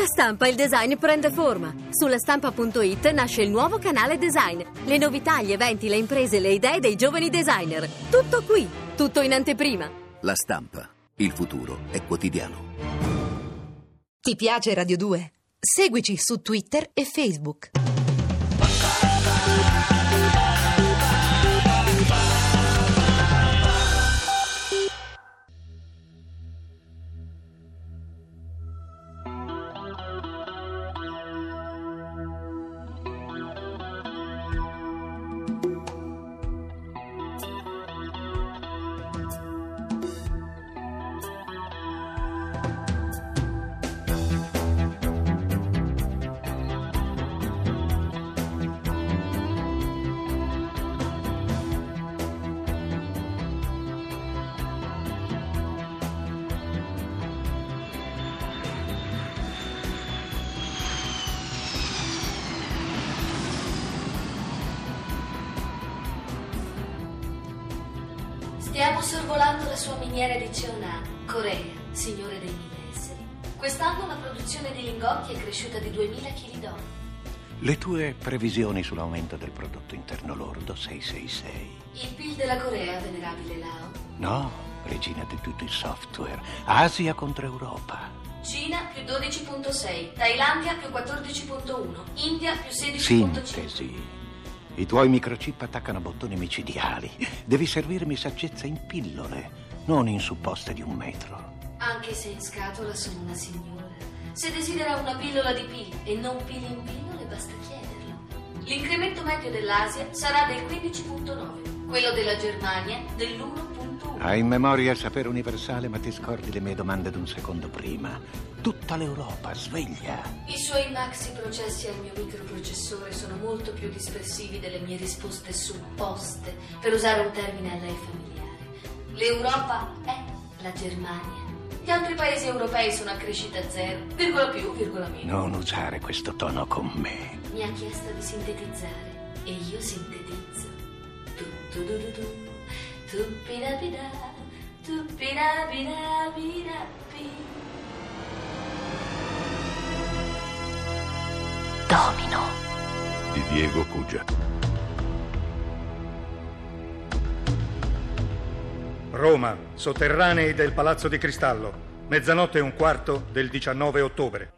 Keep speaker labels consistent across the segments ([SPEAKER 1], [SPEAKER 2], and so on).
[SPEAKER 1] Stampa il design prende forma. Sulla stampa.it nasce il nuovo canale design. Le novità, gli eventi, le imprese, le idee dei giovani designer. Tutto qui, tutto in anteprima.
[SPEAKER 2] La Stampa. Il futuro è quotidiano.
[SPEAKER 3] Ti piace Radio 2? Seguici su Twitter e Facebook.
[SPEAKER 4] Stiamo sorvolando la sua miniera di Cheonan, Corea, signore dei mille esseri. Quest'anno la produzione di lingotti è cresciuta di 2000 kg d'oro.
[SPEAKER 5] Le tue previsioni sull'aumento del prodotto interno lordo 666.
[SPEAKER 4] Il PIL della Corea, venerabile Lao.
[SPEAKER 5] No, regina di tutto il software. Asia contro Europa.
[SPEAKER 4] Cina più 12,6, Thailandia più 14,1, India più 16,5.
[SPEAKER 5] Sintesi. I tuoi microchip attaccano bottoni micidiali. Devi servirmi saggezza in pillole, non in supposte di 1 metro.
[SPEAKER 4] Anche se in scatola sono una signora. Se desidera una pillola di PIL e non PIL in pillole, basta chiederlo. L'incremento medio dell'Asia sarà del 15,9, quello della Germania dell'1,1.
[SPEAKER 5] Hai in memoria il sapere universale, ma ti scordi le mie domande d'un secondo prima. Tutta l'Europa sveglia.
[SPEAKER 4] I suoi maxi processi al mio microprocessore sono molto più dispersivi delle mie risposte supposte, per usare un termine a lei familiare. L'Europa è la Germania. Gli altri paesi europei sono a crescita zero, virgola più, virgola meno.
[SPEAKER 5] Non usare questo tono con me.
[SPEAKER 4] Mi ha chiesto di sintetizzare e io sintetizzo. Tuppidapida, tuppidapidapidappi.
[SPEAKER 3] Domino
[SPEAKER 6] di Diego Cugia.
[SPEAKER 7] Roma, sotterranei del Palazzo di Cristallo, 00:15 del 19 ottobre.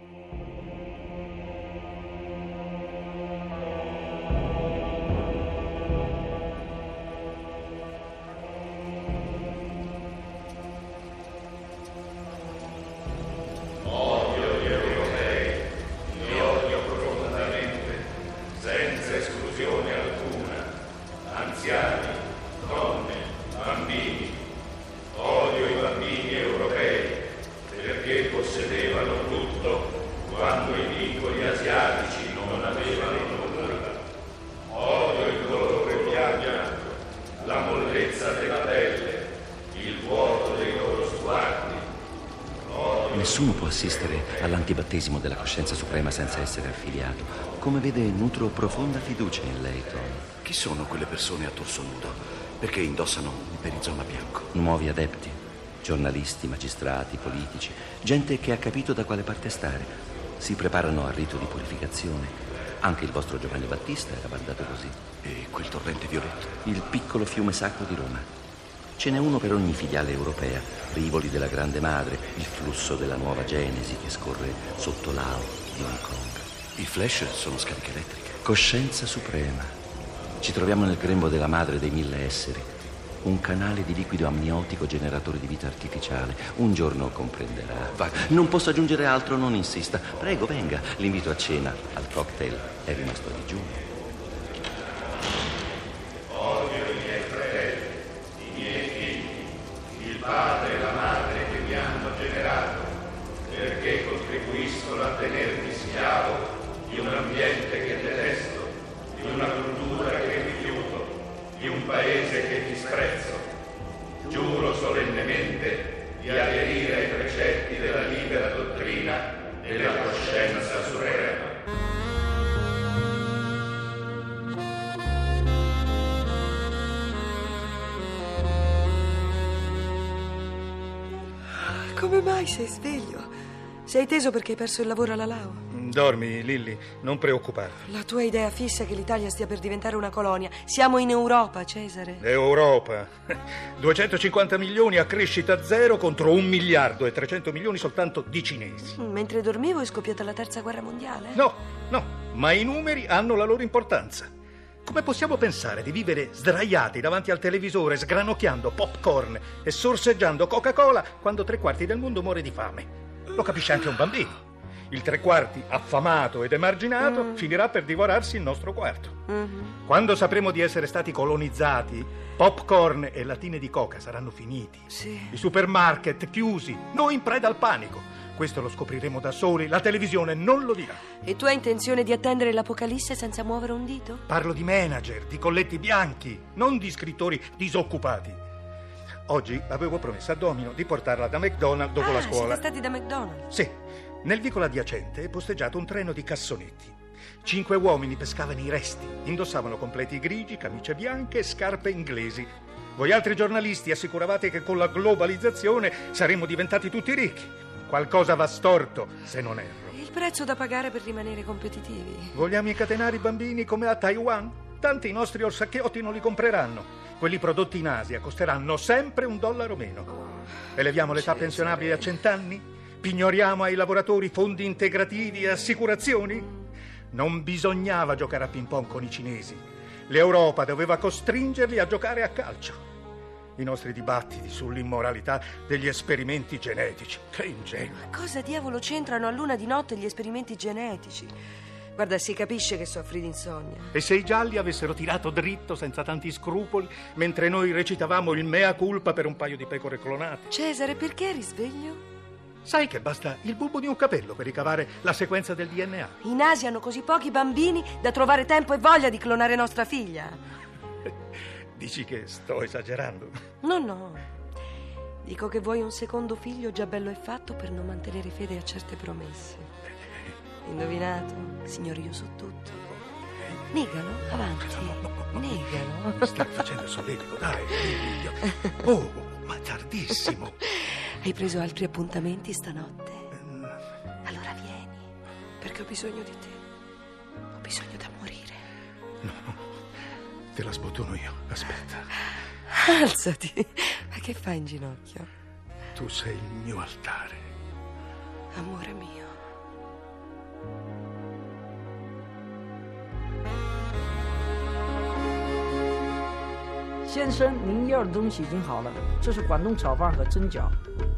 [SPEAKER 8] Nessuno può assistere all'antibattesimo della coscienza suprema senza essere affiliato. Come vede, nutro profonda fiducia in lei, Tom.
[SPEAKER 2] Chi sono quelle persone a torso nudo? Perché indossano un perizoma bianco?
[SPEAKER 8] Nuovi adepti, giornalisti, magistrati, politici, gente che ha capito da quale parte stare. Si preparano al rito di purificazione. Anche il vostro Giovanni Battista era bardato così.
[SPEAKER 2] E quel torrente violetto?
[SPEAKER 8] Il piccolo fiume sacro di Roma. Ce n'è uno per ogni filiale europea, rivoli della Grande Madre, il flusso della nuova Genesi che scorre sotto Lao di Hong Kong.
[SPEAKER 2] I flash sono scariche elettriche.
[SPEAKER 8] Coscienza suprema. Ci troviamo nel grembo della madre dei mille esseri, un canale di liquido amniotico generatore di vita artificiale. Un giorno comprenderà. Non posso aggiungere altro, non insista. Prego, venga, l'invito a cena, al cocktail è rimasto a digiuno.
[SPEAKER 9] Padre e la madre che mi hanno generato, perché contribuiscono a tenermi schiavo di un ambiente che detesto, di una cultura che rifiuto, di un paese che disprezzo. Giuro solennemente di aderire ai precetti della libera dottrina e della coscienza suprema.
[SPEAKER 10] Come mai sei sveglio? Sei teso perché hai perso il lavoro alla Lao?
[SPEAKER 7] Dormi, Lilli, non preoccuparti.
[SPEAKER 10] La tua idea fissa è che l'Italia stia per diventare una colonia. Siamo in Europa, Cesare.
[SPEAKER 7] Europa. 250 milioni a crescita zero contro 1 miliardo e 300 milioni soltanto di cinesi.
[SPEAKER 10] Mentre dormivo è scoppiata la terza guerra mondiale?
[SPEAKER 7] No, ma i numeri hanno la loro importanza. Come possiamo pensare di vivere sdraiati davanti al televisore, sgranocchiando popcorn e sorseggiando Coca-Cola quando 3/4 del mondo muore di fame? Lo capisce anche un bambino. Il 3/4 affamato ed emarginato finirà per divorarsi il nostro quarto. Quando sapremo di essere stati colonizzati, popcorn e lattine di coca saranno finiti.
[SPEAKER 10] Sì.
[SPEAKER 7] I supermarket chiusi, noi in preda al panico. Questo lo scopriremo da soli, la televisione non lo dirà.
[SPEAKER 10] E tu hai intenzione di attendere l'apocalisse senza muovere un dito?
[SPEAKER 7] Parlo di manager, di colletti bianchi, non di scrittori disoccupati. Oggi avevo promesso a Domino di portarla da McDonald's dopo la scuola.
[SPEAKER 10] Siete stati da McDonald's?
[SPEAKER 7] Sì. Nel vicolo adiacente è posteggiato un treno di cassonetti. 5 uomini pescavano i resti, indossavano completi grigi, camicie bianche e scarpe inglesi. Voi altri giornalisti assicuravate che con la globalizzazione saremmo diventati tutti ricchi. Qualcosa va storto, se non erro.
[SPEAKER 10] Il prezzo da pagare per rimanere competitivi.
[SPEAKER 7] Vogliamo incatenare i bambini come a Taiwan? Tanti i nostri orsacchiotti non li compreranno. Quelli prodotti in Asia costeranno sempre $1 meno. Eleviamo l'età pensionabile a 100 anni? Pignoriamo ai lavoratori fondi integrativi e assicurazioni? Non bisognava giocare a ping pong con i cinesi. L'Europa doveva costringerli a giocare a calcio. I nostri dibattiti sull'immoralità degli esperimenti genetici. Che ingenuo.
[SPEAKER 10] Ma cosa diavolo c'entrano a luna di notte gli esperimenti genetici? Guarda, si capisce che soffri di insonnia.
[SPEAKER 7] E se i gialli avessero tirato dritto senza tanti scrupoli mentre noi recitavamo il mea culpa per un paio di pecore clonate?
[SPEAKER 10] Cesare, perché eri sveglio?
[SPEAKER 7] Sai che basta il bulbo di un capello per ricavare la sequenza del DNA?
[SPEAKER 10] In Asia hanno così pochi bambini da trovare tempo e voglia di clonare nostra figlia.
[SPEAKER 7] Dici che sto esagerando?
[SPEAKER 10] No. Dico che vuoi un secondo figlio già bello e fatto per non mantenere fede a certe promesse. Indovinato? Signor, io so tutto. Negalo, avanti. Negalo.
[SPEAKER 7] Stai facendo il solletico, dai. Oh, ma tardissimo.
[SPEAKER 10] Hai preso altri appuntamenti stanotte? Allora vieni, perché ho bisogno di te. Ho bisogno da morire.
[SPEAKER 7] No, te la sbottono io, aspetta.
[SPEAKER 10] Alzati. Ma che fai in ginocchio?
[SPEAKER 7] Tu sei il mio altare.
[SPEAKER 10] Amore mio.
[SPEAKER 11] 先生，您要的东西已经好了，这是广东炒饭和蒸饺。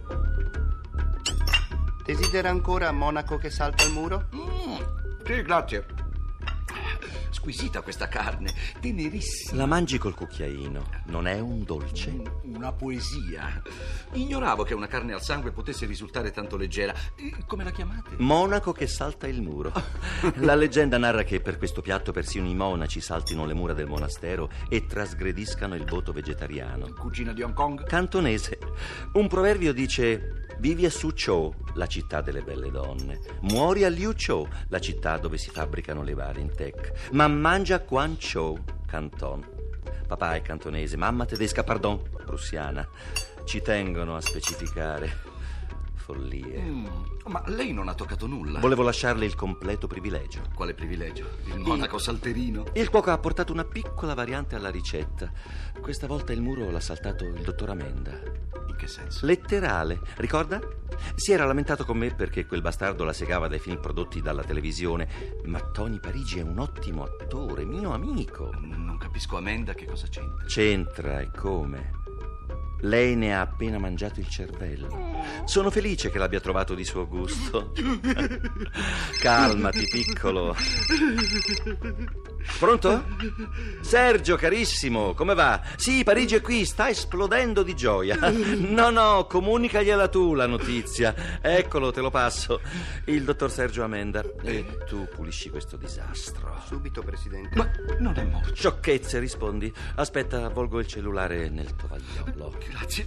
[SPEAKER 12] Desidera ancora Monaco che salta il muro?
[SPEAKER 2] Sì, grazie. Squisita questa carne, tenerissima.
[SPEAKER 8] La mangi col cucchiaino, non è un dolce?
[SPEAKER 2] Una poesia. Ignoravo che una carne al sangue potesse risultare tanto leggera. Come la chiamate?
[SPEAKER 8] Monaco che salta il muro. La leggenda narra che per questo piatto persino i monaci saltino le mura del monastero e trasgrediscano il voto vegetariano.
[SPEAKER 2] Cucina di Hong Kong?
[SPEAKER 8] Cantonese. Un proverbio dice: vivi a Suzhou, la città delle belle donne. Muori a Liuzhou, la città dove si fabbricano le Varintech. Ma mangia a Guangzhou, Canton. Papà è cantonese, mamma tedesca, pardon, prussiana. Ci tengono a specificare. Follie.
[SPEAKER 2] Ma lei non ha toccato nulla.
[SPEAKER 8] Volevo lasciarle il completo privilegio.
[SPEAKER 2] Quale privilegio? Il monaco salterino?
[SPEAKER 8] Il cuoco ha portato una piccola variante alla ricetta. Questa volta il muro l'ha saltato il dottor Amenda.
[SPEAKER 2] In che senso?
[SPEAKER 8] Letterale, ricorda? Si era lamentato con me perché quel bastardo la segava dai film prodotti dalla televisione. Ma Tony Parigi è un ottimo attore, mio amico.
[SPEAKER 2] Non capisco Amenda che cosa c'entra.
[SPEAKER 8] C'entra, e come? Lei ne ha appena mangiato il cervello. Sono felice che l'abbia trovato di suo gusto. Calmati, piccolo. Pronto? Sergio, carissimo, come va? Sì, Parigi è qui, sta esplodendo di gioia. No, comunicagliela tu la notizia. Eccolo, te lo passo. Il dottor Sergio Amenda. E tu pulisci questo disastro.
[SPEAKER 12] Subito, Presidente.
[SPEAKER 2] Ma non è morto.
[SPEAKER 8] Sciocchezze, rispondi. Aspetta, avvolgo il cellulare nel tovagliolo.
[SPEAKER 2] Grazie.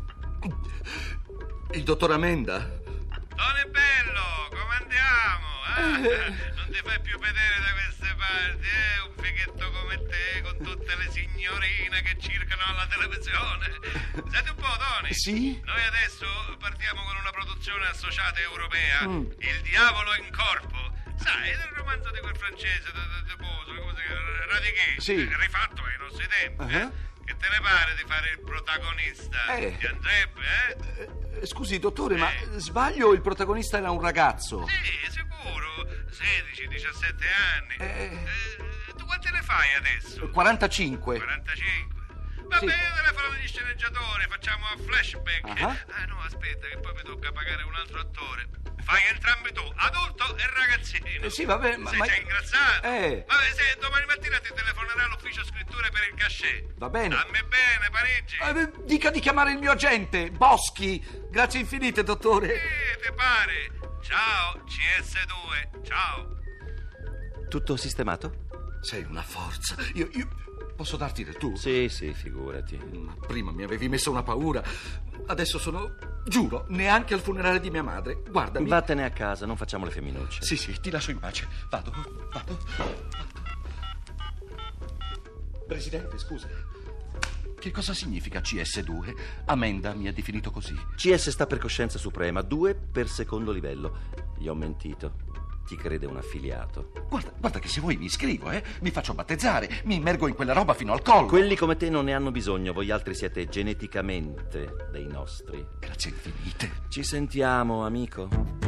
[SPEAKER 2] Il dottor Amenda?
[SPEAKER 13] Tony Bello, come andiamo? Non ti fai più vedere da queste
[SPEAKER 9] le parti, un fighetto come te, con tutte le signorine che circolano alla televisione. Senti un po', Tony.
[SPEAKER 2] Sì?
[SPEAKER 9] Noi adesso partiamo con una produzione associata europea, Il diavolo in corpo. Sai, del romanzo di quel francese, come si chiama? Radicchi.
[SPEAKER 2] Sì.
[SPEAKER 9] Rifatto ai nostri tempi, Che te ne pare di fare il protagonista? Ti andrebbe,
[SPEAKER 2] Scusi, dottore, ma sbaglio, il protagonista era un ragazzo?
[SPEAKER 9] Sì, sicuro. 16-17 anni. Tu quanti ne fai adesso?
[SPEAKER 2] 45.
[SPEAKER 9] 45. Va bene, telefono degli sceneggiatori, facciamo a flashback. No, aspetta, che poi mi tocca pagare un altro attore. Fai entrambi tu, adulto e ragazzino.
[SPEAKER 2] Sì, vabbè, ma...
[SPEAKER 9] Sei già ingrazzato? Vabbè, se domani mattina ti telefonerà l'ufficio scritture per il cachet.
[SPEAKER 2] Va bene.
[SPEAKER 9] Dammi bene, Parigi.
[SPEAKER 2] Dica di chiamare il mio agente, Boschi. Grazie infinite, dottore.
[SPEAKER 9] Ti pare? Ciao, CS2, ciao.
[SPEAKER 8] Tutto sistemato?
[SPEAKER 2] Sei una forza. Io posso darti del tu?
[SPEAKER 8] Sì, figurati.
[SPEAKER 2] Ma prima mi avevi messo una paura. Adesso sono... Giuro, neanche al funerale di mia madre. Guardami.
[SPEAKER 8] Vattene a casa, non facciamo le femminucce.
[SPEAKER 2] Sì, ti lascio in pace. Vado. Presidente, scusa. Che cosa significa CS2? Amenda mi ha definito così.
[SPEAKER 8] CS sta per coscienza suprema, 2 per secondo livello. Gli ho mentito. Ti crede un affiliato.
[SPEAKER 2] Guarda che se vuoi mi iscrivo, mi faccio battezzare, mi immergo in quella roba fino al collo.
[SPEAKER 8] Quelli come te non ne hanno bisogno, voi altri siete geneticamente dei nostri.
[SPEAKER 2] Grazie infinite.
[SPEAKER 8] Ci sentiamo, amico.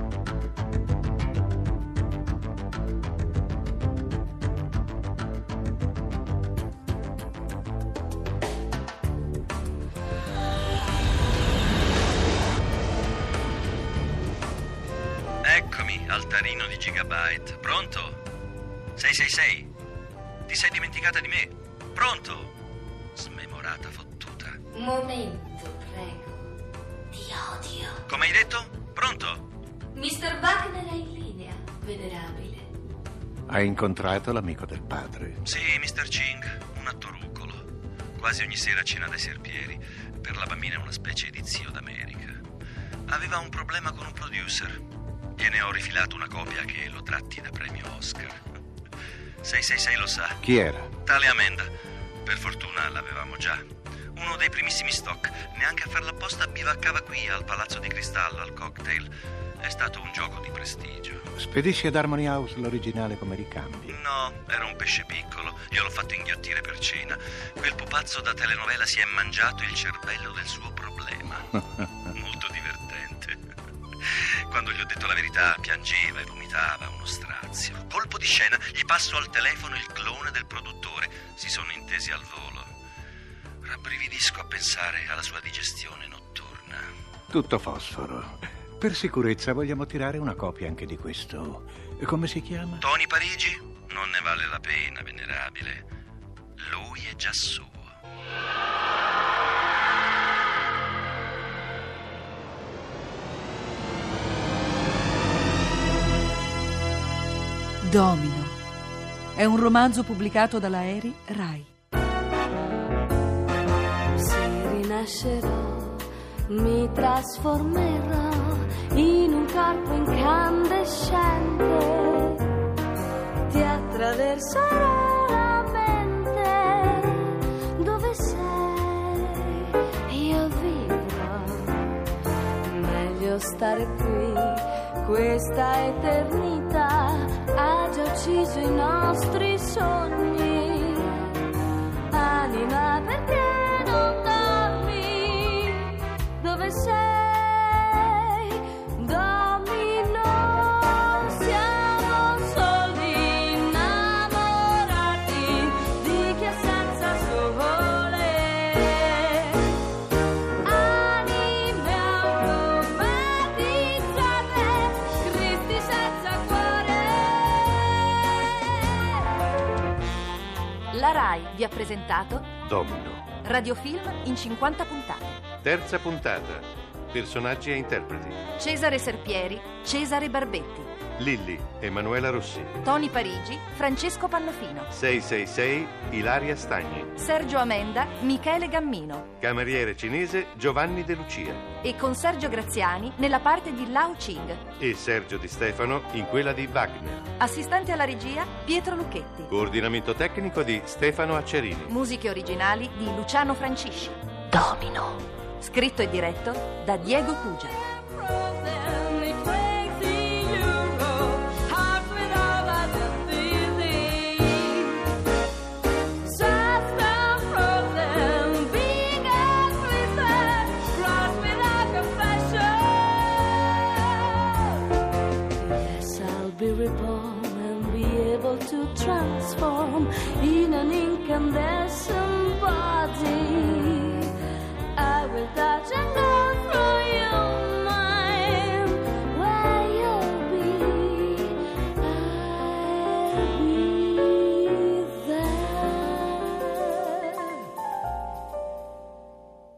[SPEAKER 13] Eccomi, altarino di Gigabyte. Pronto? 666? Ti sei dimenticata di me? Pronto? Smemorata fottuta.
[SPEAKER 4] Un momento, prego. Ti odio.
[SPEAKER 13] Come hai detto? Pronto?
[SPEAKER 4] Mr. Wagner è in linea, venerabile.
[SPEAKER 5] Hai incontrato l'amico del padre?
[SPEAKER 13] Sì, Mr. Ching, un attoruccolo. Quasi ogni sera cena dai serpieri. Per la bambina è una specie di zio d'America. Aveva un problema con un producer. Gliene ho rifilato una copia che lo tratti da premio Oscar. 666 lo sa.
[SPEAKER 5] Chi era?
[SPEAKER 13] Tale Amenda. Per fortuna l'avevamo già. Uno dei primissimi stock. Neanche a farla apposta bivaccava qui al Palazzo di Cristallo, al cocktail. È stato un gioco di prestigio.
[SPEAKER 5] Spedisci ad Harmony House l'originale come ricambio?
[SPEAKER 13] No, era un pesce piccolo. Io l'ho fatto inghiottire per cena. Quel pupazzo da telenovela si è mangiato il cervello del suo problema. Molto divertente. Quando gli ho detto la verità piangeva e vomitava, uno strazio. Colpo di scena, gli passo al telefono il clone del produttore. Si sono intesi al volo. Rabbrividisco a pensare alla sua digestione notturna.
[SPEAKER 5] Tutto fosforo. Per sicurezza vogliamo tirare una copia anche di questo. Come si chiama?
[SPEAKER 13] Tony Parigi? Non ne vale la pena, venerabile. Lui è già suo.
[SPEAKER 14] Domino. È un romanzo pubblicato dalla Eri Rai.
[SPEAKER 4] Se rinascerò, mi trasformerò in un corpo incandescente. Ti attraverserò la mente. Dove sei? Io vivrò. Meglio stare qui. Questa eternità ha già ucciso i nostri sogni. Anima, perché non dormi? Dove sei? Domino, siamo soli innamorati di chi è senza sole. Anime automatizzate, Cristi senza cuore.
[SPEAKER 3] La Rai vi ha presentato
[SPEAKER 5] Domino.
[SPEAKER 3] radiofilm in 50 puntate.
[SPEAKER 6] Terza puntata. Personaggi e interpreti.
[SPEAKER 3] Cesare Serpieri, Cesare Barbetti.
[SPEAKER 6] Lilli, Emanuela Rossi.
[SPEAKER 15] Tony Parigi, Francesco Pannofino.
[SPEAKER 6] 666, Ilaria Stagni.
[SPEAKER 15] Sergio Amenda, Michele Gammino.
[SPEAKER 6] Cameriere cinese, Giovanni De Lucia.
[SPEAKER 15] E con Sergio Graziani nella parte di Lao Ching.
[SPEAKER 6] E Sergio Di Stefano in quella di Wagner.
[SPEAKER 15] Assistente alla regia, Pietro Lucchetti.
[SPEAKER 6] Coordinamento tecnico di Stefano Accerini.
[SPEAKER 15] Musiche originali di Luciano Francisci. Domino. Scritto e diretto da Diego Cugia.
[SPEAKER 16] Reborn and be able to transform in an incandescent body. I will touch and go through your mind. Where you'll be, I'll be there.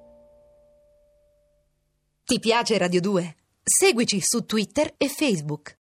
[SPEAKER 3] Ti piace Radio 2? Seguici su Twitter e Facebook.